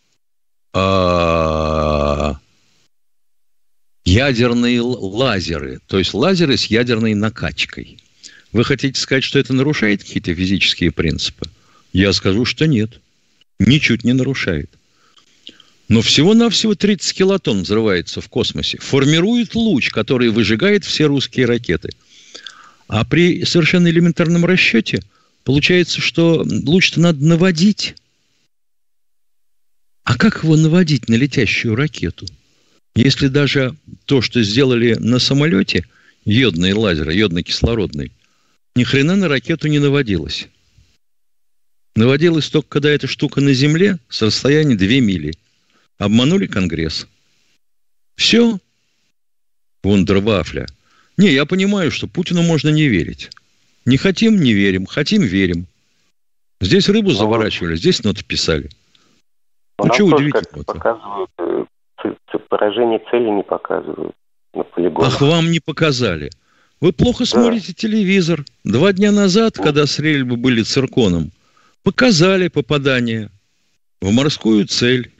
ядерные лазеры. То есть лазеры с ядерной накачкой. Вы хотите сказать, что это нарушает какие-то физические принципы? Я скажу, что нет. Ничуть не нарушает. Но всего-навсего 30 килотонн взрывается в космосе. Формирует луч, который выжигает все русские ракеты. А при совершенно элементарном расчете получается, что луч-то надо наводить. А как его наводить на летящую ракету? Если даже то, что сделали на самолете, йодный лазер, йодно-кислородный, ни хрена на ракету не наводилось. Наводилось только, когда эта штука на Земле с расстояния 2 мили. Обманули Конгресс. Все. Вундервафля. Не, я понимаю, что Путину можно не верить. Не хотим – не верим. Хотим – верим. Здесь рыбу заворачивали, здесь ноты писали. Ну, что удивительного? Показывают, поражение цели не показывают на полигонах. Ах, вам не показали. Вы плохо смотрите телевизор. 2 дня назад, когда стрельбы были цирконом, показали попадание в морскую цель.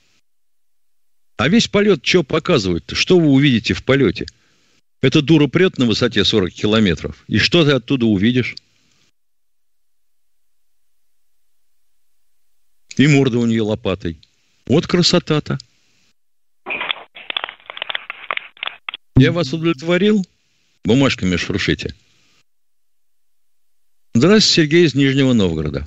А весь полет что показывает-то? Что вы увидите в полете? Эта дура прет на высоте 40 километров. И что ты оттуда увидишь? И морда у нее лопатой. Вот красота-то. Я вас удовлетворил? Бумажками шуршите. Здравствуйте, Сергей из Нижнего Новгорода.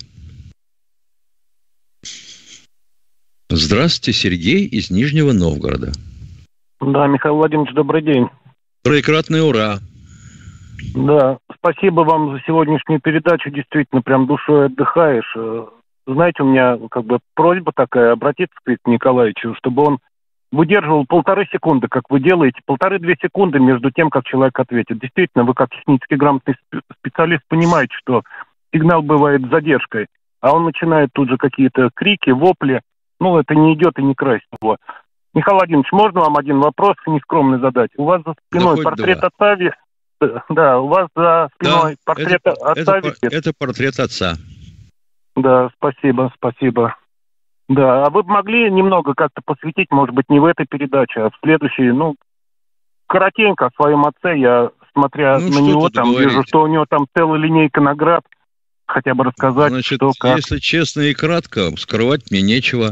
Здравствуйте, Сергей из Нижнего Новгорода. Да, Михаил Владимирович, добрый день. Троекратный ура. Да, спасибо вам за сегодняшнюю передачу. Действительно, прям душой отдыхаешь. Знаете, у меня просьба такая, обратиться к Виктору Николаевичу, чтобы он выдерживал 1,5 секунды, как вы делаете, 1,5-2 секунды между тем, как человек ответит. Действительно, вы как технически грамотный специалист понимаете, что сигнал бывает с задержкой, а он начинает тут же какие-то крики, вопли. Это не идет и не красит его. Михаил Владимирович, можно вам один вопрос нескромный задать? У вас за спиной портрет отца... Да, у вас за спиной портрет отца... Это портрет отца. Да, спасибо. Да, а вы бы могли немного как-то посвятить, может быть, не в этой передаче, а в следующей, коротенько о своем отце. Я, смотря на него, там вижу, что у него там целая линейка наград. Хотя бы рассказать, значит, что, как. Если честно и кратко, скрывать мне нечего.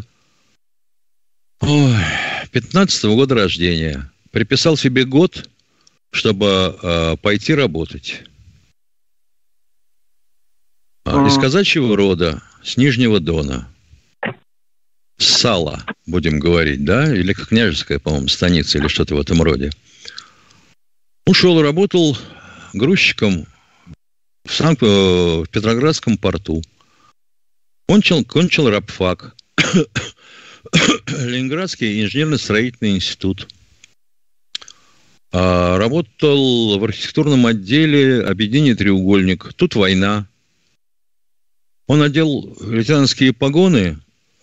15-го года рождения. Приписал себе год, чтобы пойти работать. Из казачьего рода, с Нижнего Дона. Сала, будем говорить, да? Или княжеская, по-моему, станица, или что-то в этом роде. Ушел, работал грузчиком в Петроградском порту. Кончил рабфак. Ленинградский инженерно-строительный институт. Работал в архитектурном отделе объединения «Треугольник». Тут война. Он одел лейтенантские погоны,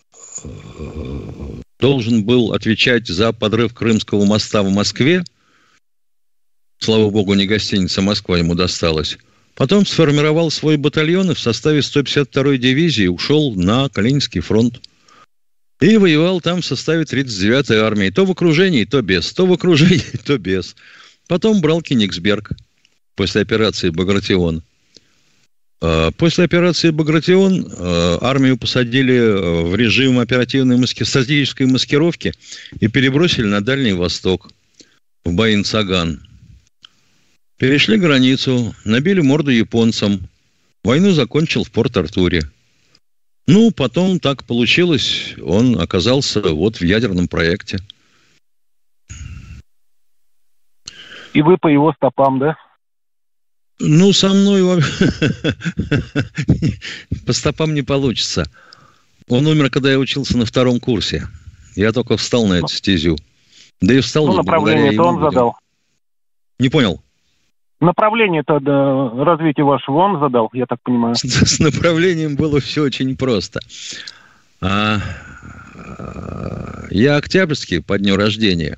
должен был отвечать за подрыв Крымского моста в Москве. Слава богу, не гостиница «Москва» ему досталась. Потом сформировал свой батальон и в составе 152-й дивизии ушел на Калининский фронт. И воевал там в составе 39-й армии. То в окружении, то без. То в окружении, то без. Потом брал Кенигсберг после операции «Багратион». После операции «Багратион» армию посадили в режим оперативной стратегической маскировки и перебросили на Дальний Восток, в Баин-Цаган. Перешли границу, набили морду японцам. Войну закончил в Порт-Артуре. Потом так получилось, он оказался в ядерном проекте. И вы по его стопам, да? Со мной по стопам не получится. Он умер, когда я учился на 2-м курсе. Я только встал на эту стезю. Да и встал направление-то он задал. Не понял. Направление-то развития вашего он задал, я так понимаю. С направлением было все очень просто. Я октябрьский по дню рождения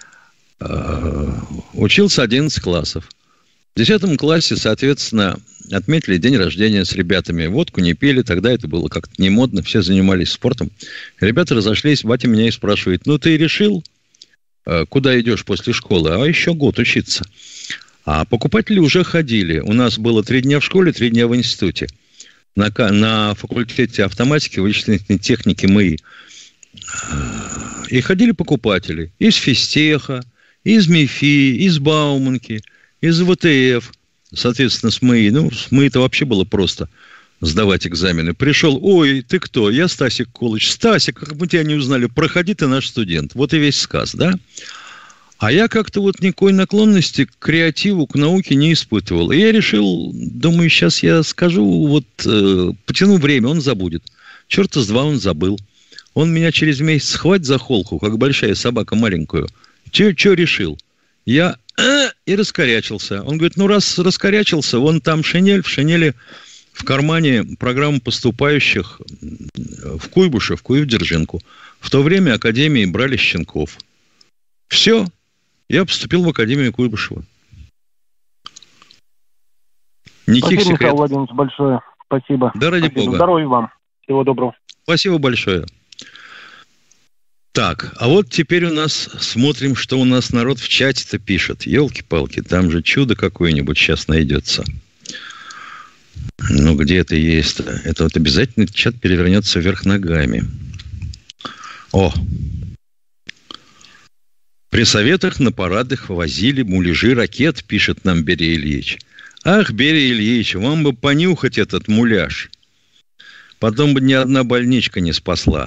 учился 11 классов. В 10 классе, соответственно, отметили день рождения с ребятами. Водку не пили, тогда это было как-то не модно, все занимались спортом. Ребята разошлись, батя меня и спрашивает: ты решил, куда идешь после школы? А еще год учиться. А покупатели уже ходили. У нас было 3 дня в школе, 3 дня в институте. На факультете автоматики, вычислительной техники МИИ. И ходили покупатели из физтеха, из МИФИ, из Бауманки, из ВТФ, соответственно, с МИИ. С МИИ-то вообще было просто. сдавать экзамены. Пришел, ой, ты кто? Я Стасик Колыч. Стасик, как мы тебя не узнали, проходи, ты наш студент. Вот и весь сказ, да? А я как-то вот никакой наклонности к креативу, к науке не испытывал. И я решил, думаю, сейчас я скажу, вот потяну время, он забудет. Черта с два он забыл. Он меня через месяц схватит за холку, как большая собака маленькую. Че решил? Я и раскорячился. Он говорит, ну раз раскорячился, вон там шинель, в шинели в кармане программа поступающих в Куйбышевку и в Дзержинку. В то время академии брали щенков. Все. Я поступил в Академию Куйбышева. Никаких Спасибо, секретов. Михаил Владимирович, большое. Спасибо. Да ради Спасибо. бога. Здоровья вам. Всего доброго. Спасибо большое. Так, а вот теперь у нас смотрим, что у нас народ в чате-то пишет. Елки-палки, там же чудо какое-нибудь сейчас найдется. Ну, где это есть-то? Это вот обязательно чат перевернется вверх ногами. О! При советах на парадах возили муляжи ракет, пишет нам Берия Ильич. Ах, Берия Ильич, вам бы понюхать этот муляж. Потом бы ни одна больничка не спасла.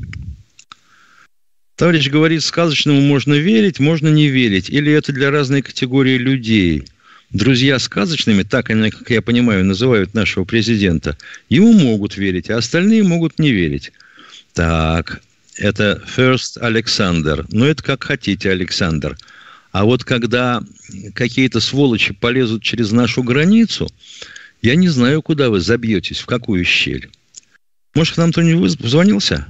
Товарищ говорит, сказочному можно верить, можно не верить. Или это для разной категории людей. Друзья сказочными, так они, как я понимаю, называют нашего президента, ему могут верить, а остальные могут не верить. Так, это First Александр. Ну, это как хотите, Александр. А вот когда какие-то сволочи полезут через нашу границу, я не знаю, куда вы забьетесь, в какую щель. Может, к нам кто-нибудь позвонился?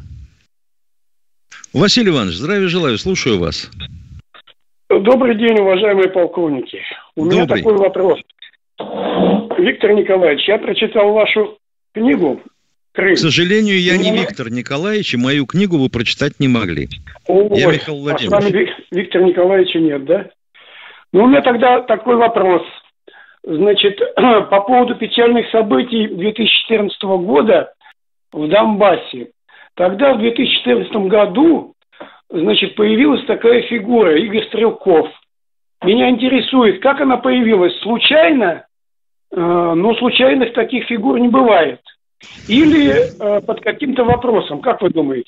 Василий Иванович, здравия желаю, слушаю вас. Добрый день, уважаемые полковники. У меня такой вопрос. Виктор Николаевич, я прочитал вашу книгу «Крым». К сожалению, я не Виктор Николаевич, и мою книгу вы прочитать не могли. Ой, я Михаил Владимирович. А с вами Виктора Николаевича нет, да? Ну, у меня тогда такой вопрос. Значит, по поводу печальных событий 2014 года в Донбассе. Тогда, в 2014 году, значит, появилась такая фигура, Игорь Стрелков. Меня интересует, как она появилась? Случайно? Но случайных таких фигур не бывает. Или под каким-то вопросом? Как вы думаете?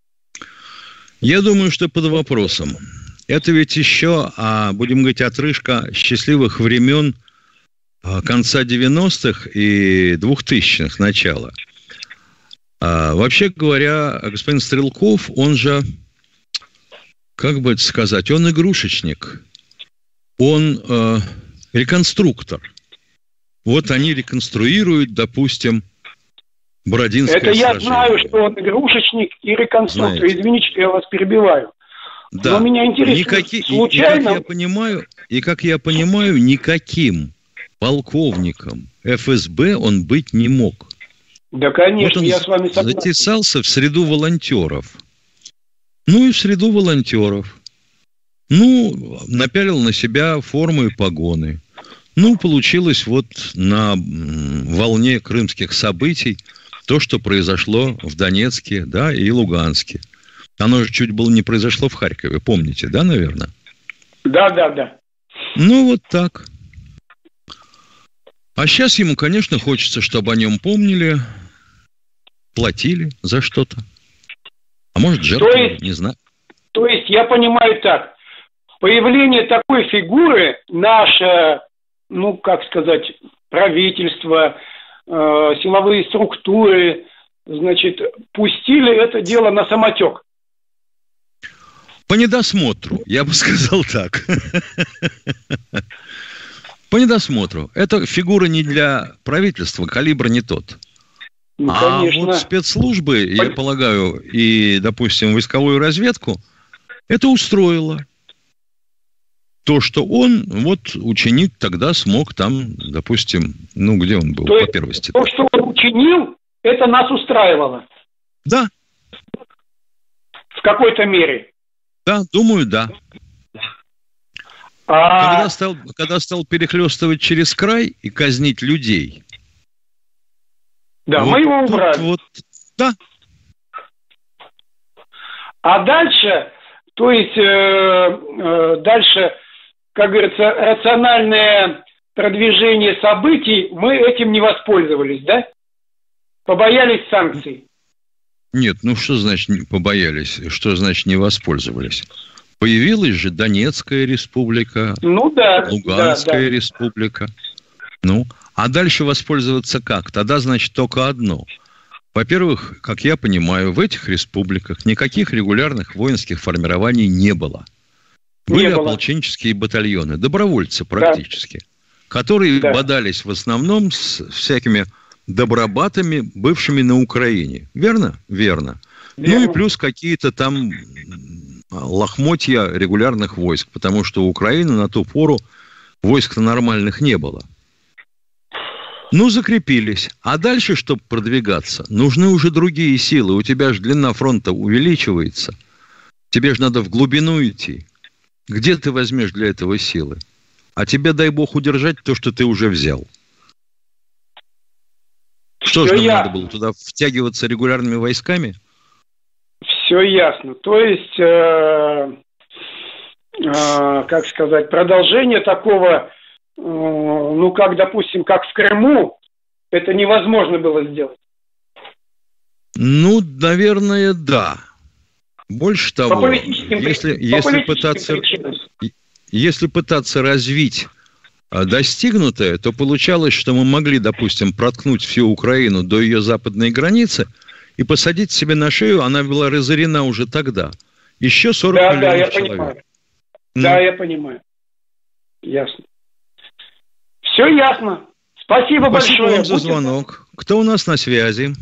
Я думаю, что под вопросом. Это ведь еще, будем говорить, отрыжка счастливых времен конца 90-х и 2000-х начала. Вообще говоря, господин Стрелков, он же, как бы это сказать, он игрушечник. Он реконструктор. Вот они реконструируют, допустим, Бородинское сражение. Это я знаю, что он игрушечник и реконструктор. Знаете. Извините, что я вас перебиваю. Да. Но меня интересует, случайно... И как я понимаю, никаким полковником ФСБ он быть не мог. Да, конечно, вот я с вами согласен. Затесался в среду волонтеров. Ну и в среду волонтеров. Ну, напялил на себя форму и погоны. Ну, получилось вот на волне крымских событий то, что произошло в Донецке, да, и Луганске. Оно же чуть было не произошло в Харькове, помните, да, наверное? Да. Ну, вот так. А сейчас ему, конечно, хочется, чтобы о нем помнили, платили за что-то. А может, жертвовали, не знаю. То есть, я понимаю так. Появление такой фигуры наше, ну, как сказать, правительство, силовые структуры, значит, пустили это дело на самотек. По недосмотру, я бы сказал так. По недосмотру. Это фигура не для правительства, калибр не тот. Ну, а конечно. вот спецслужбы, я полагаю, и, допустим, войсковую разведку, это устроило. То, что он, вот, ученик тогда смог там, допустим, ну, где он был, по первости. То, что он учинил, это нас устраивало. Да. В какой-то мере. Да, думаю, да. Когда стал перехлестывать через край и казнить людей. Да, вот, мы его убрали. Вот, да. А дальше, то есть дальше, как говорится, рациональное продвижение событий, мы этим не воспользовались, да? Побоялись санкций? Нет, ну что значит не побоялись? Что значит не воспользовались? Появилась же Донецкая республика, Луганская республика. Ну, а дальше воспользоваться как? Тогда, значит, только одно. Во-первых, как я понимаю, в этих республиках никаких регулярных воинских формирований не было. Были ополченческие батальоны, добровольцы практически, которые бодались в основном с всякими добробатами, бывшими на Украине. Верно? Верно. Ну и плюс какие-то там лохмотья регулярных войск, потому что у Украины на ту пору войск-то нормальных не было. Ну, закрепились. А дальше, чтобы продвигаться, нужны уже другие силы. У тебя же длина фронта увеличивается. Тебе же надо в глубину идти. Где ты возьмешь для этого силы? А тебе, дай бог, удержать то, что ты уже взял. Что же нам надо было туда втягиваться регулярными войсками? Все ясно. То есть, как сказать, продолжение такого, ну, как, допустим, как в Крыму, это невозможно было сделать. Ну, наверное, да. Больше того, если пытаться развить достигнутое, то получалось, что мы могли, допустим, проткнуть всю Украину до ее западной границы и посадить себе на шею, она была разорена уже тогда. Еще 40 миллионов человек. Понимаю. Да, я понимаю. Ясно. Все ясно. Спасибо большое. Спасибо вам за звонок. Кто у нас на связи?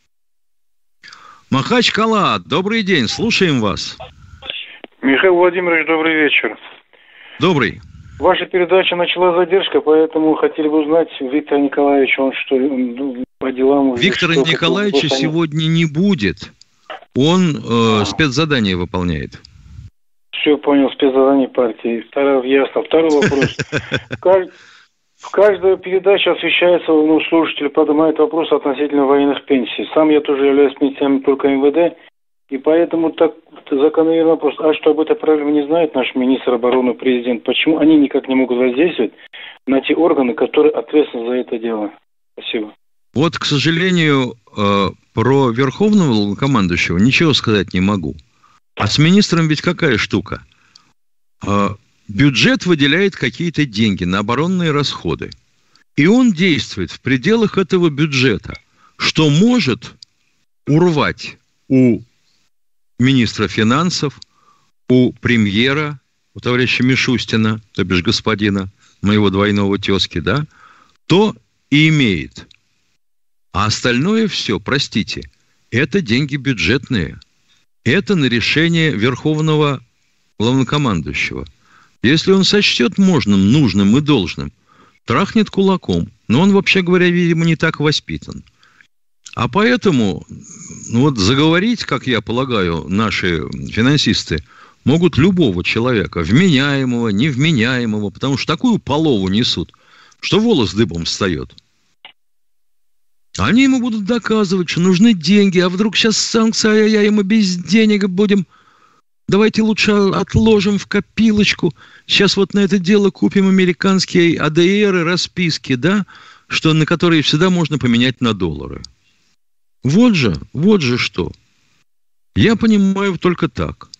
Махачкала, добрый день, слушаем вас. Михаил Владимирович, добрый вечер. Добрый. Ваша передача начала задержка, поэтому хотели бы узнать, Виктор Николаевич, он что, по делам... Виктора Николаевича сегодня не будет. Он спецзадание выполняет. Все, понял, спецзадание партии. Ясно. Второй вопрос. В каждой передаче освещается, слушатель поднимает вопрос относительно военных пенсий. Сам я тоже являюсь пенсионером только МВД, и поэтому так закономерный вопрос. А что об этой проблеме не знает наш министр обороны, президент? Почему они никак не могут воздействовать на те органы, которые ответственны за это дело? Спасибо. Вот, к сожалению, про верховного главнокомандующего ничего сказать не могу. А с министром ведь какая штука? Бюджет выделяет какие-то деньги на оборонные расходы. И он действует в пределах этого бюджета, что может урвать у министра финансов, у премьера, у товарища Мишустина, то бишь господина, моего двойного тезки, да, то и имеет. А остальное все, простите, это деньги бюджетные. Это на решение верховного главнокомандующего. Если он сочтет нужным и должным, трахнет кулаком. Но он, вообще говоря, видимо, не так воспитан. А поэтому, заговорить, как я полагаю, наши финансисты могут любого человека, вменяемого, невменяемого, потому что такую полову несут, что волос дыбом встает. Они ему будут доказывать, что нужны деньги, а вдруг сейчас санкции, и мы без денег будем... Давайте лучше отложим в копилочку. Сейчас вот на это дело купим американские АДР, расписки, да, на которые всегда можно поменять на доллары. Вот же что. Я понимаю только так.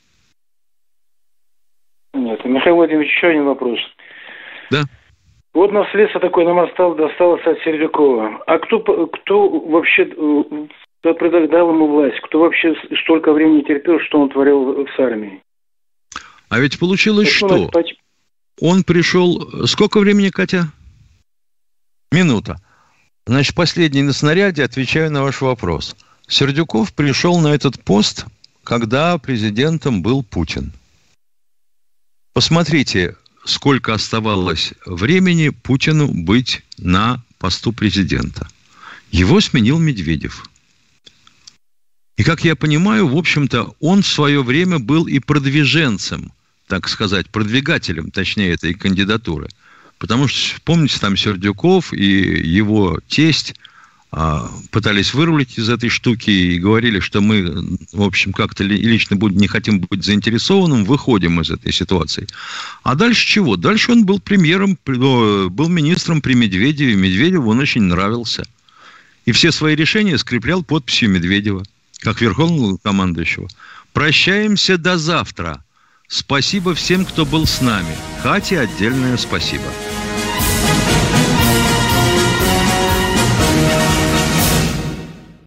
Нет, Михаил Владимирович, еще один вопрос. Да. Вот наследство такое нам досталось от Сердюкова. А кто вообще... Кто дал ему власть? Кто вообще столько времени терпел, что он творил с армией? А ведь получилось что? Он пришел... Сколько времени, Катя? Минута. Значит, последний на снаряде, отвечаю на ваш вопрос. Сердюков пришел на этот пост, когда президентом был Путин. Посмотрите, сколько оставалось времени Путину быть на посту президента. Его сменил Медведев. И, как я понимаю, в общем-то, он в свое время был и продвиженцем, так сказать, продвигателем, точнее, этой кандидатуры. Потому что, помните, там Сердюков и его тесть пытались вырулить из этой штуки и говорили, что мы, в общем, как-то лично не хотим быть заинтересованным, выходим из этой ситуации. А дальше чего? Дальше он был премьером, был министром при Медведеве. Медведеву он очень нравился. И все свои решения скреплял подписью Медведева, как верховного командующего. Прощаемся до завтра. Спасибо всем, кто был с нами. Кате отдельное спасибо.